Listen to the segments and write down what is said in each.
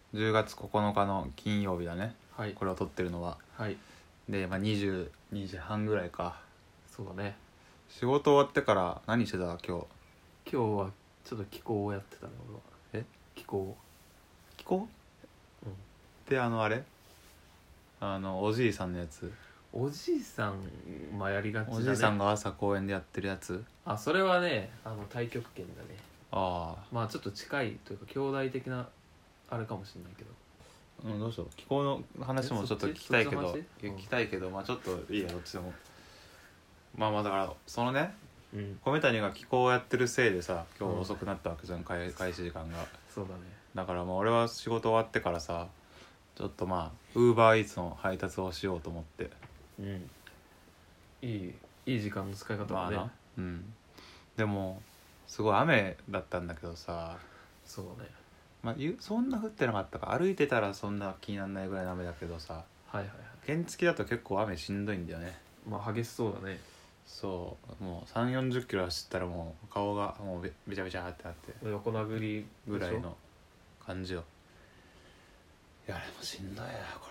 10月9日の金曜日だね。 はい。 これを撮ってるのは。 はい。 で、22時半ぐらいか。 そうだね。 仕事終わってから何してた今日。 今日はちょっと気候をやってたね、俺は。 え？ 気候。 気候？ うん。 で、あれおじいさんのやつ。 おじいさん、まあやりがちだね。 おじいさんが朝公園でやってるやつ。 あ、それはね、太極拳だね。 ああ。 まあちょっと近いというか、兄弟的な、あれかもしれないけど。 どうしよう。気候の話もちょっと聞きたいけど、 そっち聞きたいけど、まあちょっといいや、どっちでも。まあだから、そのね、 うん。 米谷が気候をやってるせいでさ、今日遅くなったわけじゃん、開始時間が。 そうだね。 だからまあ俺は仕事終わってからさ、ちょっとまあウーバーイーツの配達をしようと思って。 うん。いい時間の使い方だね。 まあな。うん。でもすごい雨だったんだけどさ。 そうだね。 まあそんな降ってなかったか。歩いてたらそんな気にならないぐらいの雨だけどさ。 はいはいはい。 原付だと結構雨しんどいんだよね。 まあ激しそうだね。 そうもう3、40キロ走ったらもう顔がもうべちゃべちゃってなって横殴りぐらいの感じよ。いやでもしんどいなこ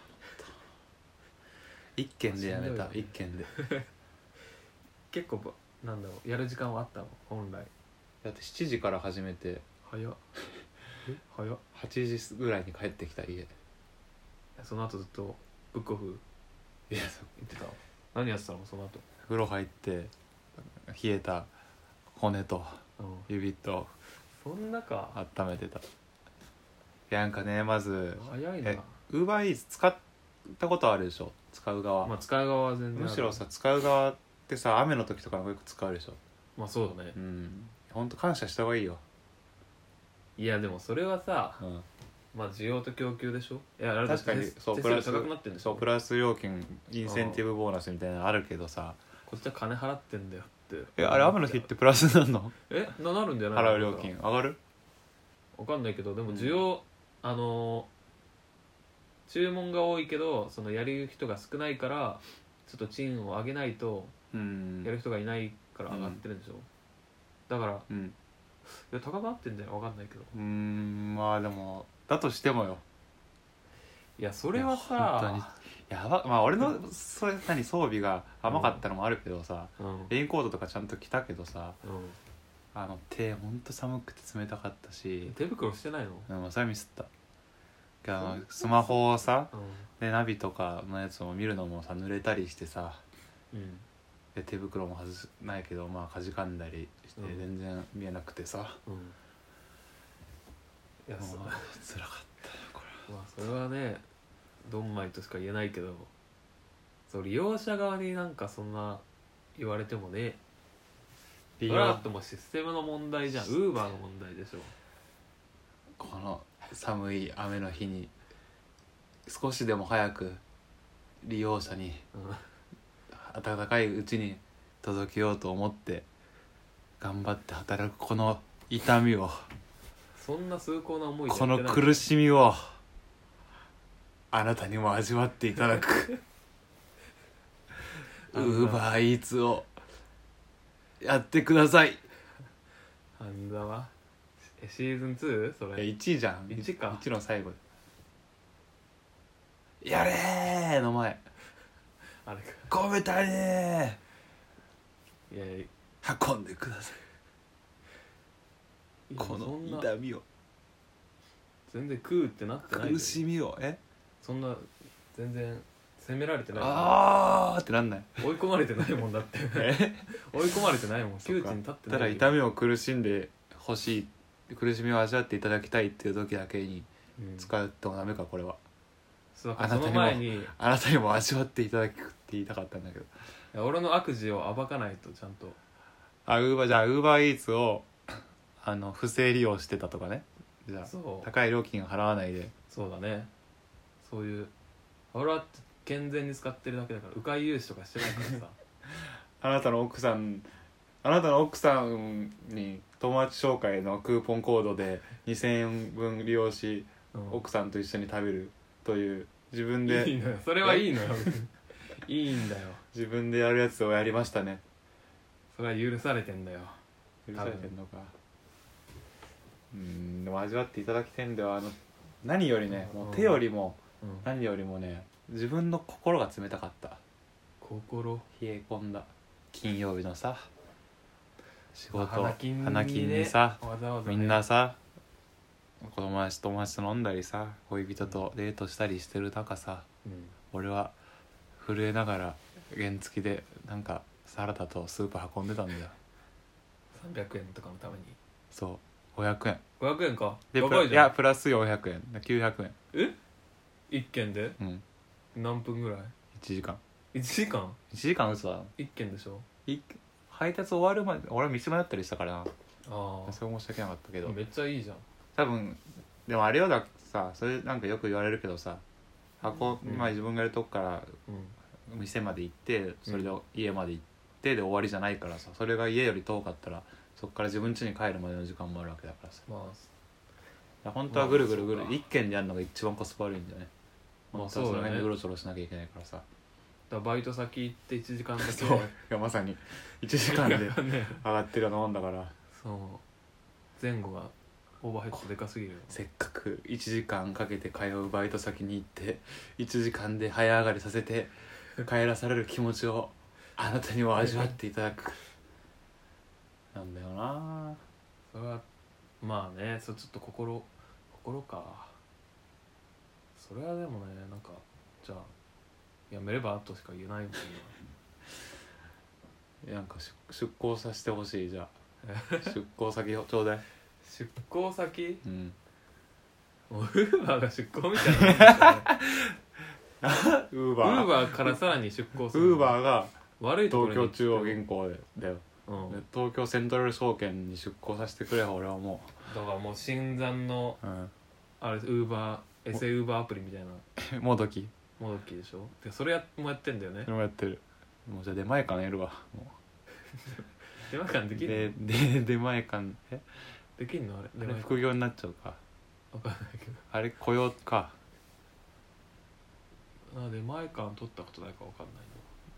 れ。一軒でやめた、一軒で。 結構なんだろう、やる時間はあったの本来。 だって7時から始めて早っ。早っ。 8時ぐらいに帰ってきた家。 その後ずっとブックオフいや行ってたの？何やってたのその後？ 風呂入って冷えた骨とうん。 指とそんなか。 温めてた。いやなんかね、まず早いな。 ウーバーイーツ使ったことあるでしょ。使う側、 まあ使う側は全然ある。 むしろさ、使う側ってさ、雨の時とかよく使うでしょ。 まあそうだね。 うん、ほんと感謝した方がいいよ。 いやでもそれはさ、 うん、 まあ需要と供給でしょ。いやあれ確かにそう、プラス高くなってんでしょ。 そうプラス料金インセンティブボーナスみたいなのあるけどさ、 こっちは金払ってんだよって。 あれ雨の日ってプラスなんの？ なるんじゃないの？ 払う料金上がる？ わかんないけど、でも需要、注文が多いけどそのやる人が少ないからちょっと賃を上げないとやる人がいないから上がってるんでしょ。だから、 うん、 いや高くなってんじゃない？わかんないけど。 まあでもだとしてもよ。 いやそれはさ、 本当にやば。まあ俺のそれ装備が甘かったのもあるけどさ、レインコートとかちゃんと着たけどさ、手ほんと寒くて冷たかったし。 手袋してないの？ それミスった。スマホをさ、 うんでナビとかのやつを見るのもさ濡れたりしてさ、 うんで手袋も外せないけどまあかじかんだりして全然見えなくてさ、 いやもう辛かったよこまあそれはねドンマイとしか言えないけど、そう利用者側になんかそんな言われてもね、それはあってもシステムの問題じゃん。ウーバーの問題でしょ。 この寒い雨の日に少しでも早く利用者に暖かいうちに届けようと思って頑張って働くこの痛みを、 そんな崇高な思いでこの苦しみをあなたにも味わっていただくウーバーイーツをやってください。 半沢シーズン 2？ それ 1位じゃん。 1か。 1の最後やれーの前あれか。 米谷ーいや運んでくださいこの痛みを、 全然食うってなってない。 苦しみを。 そんな全然責められてない。 あーってなんない？ 追い込まれてないもんだって追い込まれてないもん。窮地に立ってない。 ただ痛みを苦しんでほしい、苦しみを味わっていただきたいっていう時だけに使ってもダメかこれは。 そうその前にあなたにも味わっていただくって言いたかったんだけど、 俺の悪事を暴かないとちゃんと。 ウーバーイーツを不正利用してたとかね。じゃあ高い料金を払わないで。 そうだね。そういう俺は健全に使ってるだけだから迂回融資とかしてないからさあなたの奥さんに友達紹介のクーポンコードで2000円分利用し、奥さんと一緒に食べるという自分でいいのよ。それはいいのよいいんだよ。 自分でやるやつをやりましたね。 それは許されてんだよ。 許されてんのか。でも味わっていただきたいんだよ。 何よりねもう手よりもうん何よりもね自分の心が冷たかった。 心冷え込んだ金曜日のさ仕事、 花金にね花金にさわざわざねみんなさ友達と飲んだりさ恋人とデートしたりしてる中さうん俺は震えながら原付でなんかサラダとスープ運んでたんだよ。 300円とかのためにそう500円 500円かで高いじゃんプラス400円900円。 1軒でうん何分ぐらい 1時間 1時間 1時間嘘だ 1軒でしょ。 配達終わるまで俺は道迷ったりしたからな。 あそれ申し訳なかったけどあめっちゃいいじゃん。 多分でもあれよださそれなんかよく言われるけどさうんまあ自分がいるとこからうん店まで行ってそれで家まで行ってで終わりじゃないからさそれが家より遠かったらそっから自分家に帰るまでの時間もあるわけだからさま本当はぐるぐるぐるまあそうか一軒でやるのが一番コスパ悪いんだよね。 まあ本当はそのそうだね辺でうろちょろしなきゃいけないからさだからバイト先行って1時間だけそういやまさに1時間でね上がってるようなもんだからそう前後がオーバーヘッドでかすぎるよ。 せっかく1時間かけて通うバイト先に行って1時間で早上がりさせて帰らされる気持ちをあなたにも味わっていただくなんだよな。 それはまあねそれちょっと心か。それはでもねなんかじゃあやめればとしか言えないもんな。 なんか出向させてほしいじゃあ出向先をちょうだい。 出向先うんもうウーバーが出向みたいなもんですよねウーウバーーバーからさらに出向するウーバーが悪いところに東京中央銀行だよ、 うんで東京セントラル証券に出向させてくれば俺はもだからもう新参のう、 あれウーバーエセウーバーアプリみたいなもどきもどきでしょ。でそれもやってんだよねそ。れもやってる。もうじゃあ出前館やるわも出前館でうきる出前館できんのあれあれ出前館副業になっちゃうかわかんないけどあれ雇用か。 出前館取ったことないかわかんない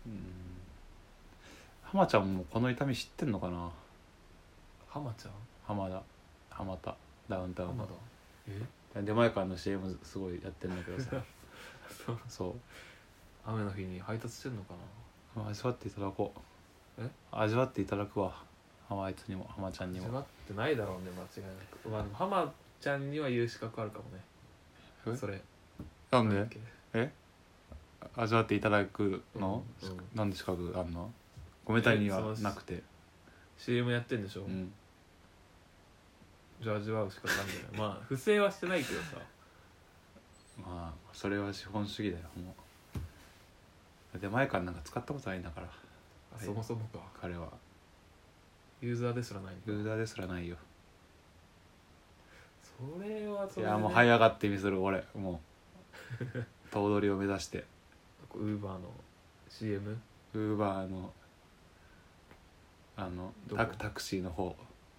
浜ちゃんもこの痛み知ってんのかな。 な。浜ちゃん浜田ダウンタウンの浜田え出前館の CM すごいやってんだけどさそうそう雨の日に配達してんのか味わっていただこう。 え味わっていただくわあいつにも浜ちゃんにも。 な味わってないだろうね間違いなく。まあでも浜ちゃんには言う資格あるかもえね。それなんでだっけ味わっていただくの、 うんうんなんで資格あんの。ごめたにはなくて CM やってんでしょ、 うんじゃあ味わうしかないんじゃないまあ不正はしてないけどさまあそれは資本主義だよもう。出前館なんか使ったことないんだからそもそもか彼はユーザーですらないんだ。 ユーザーですらないよ。 それはそいれで、ね、 やもう這い上がってみせる俺もう頭取を目指してウーバーの CM ウーバーのどこタクシーの方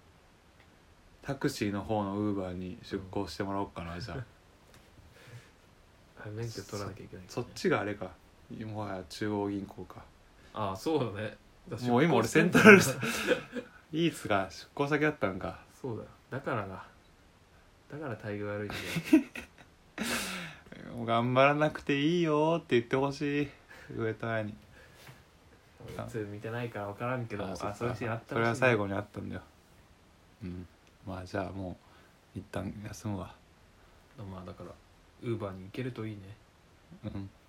のウーバーに出向してもらおうかな、じゃあ免許取らなきゃいけない、 そっちがあれかもはや中央銀行か。 ああそうだね。 もう今俺セントラルイーツが出向先だったんか。 そうだよだから待遇悪いんだよもう頑張らなくていいよって言ってほしい上戸彩に。 いつ見てないから分からんけどそっかそういうシーンあったそれは最後ににあったんだよ。うんまあじゃあもう一旦休むわ。 まあだからウーバーに行けるといいね。 うん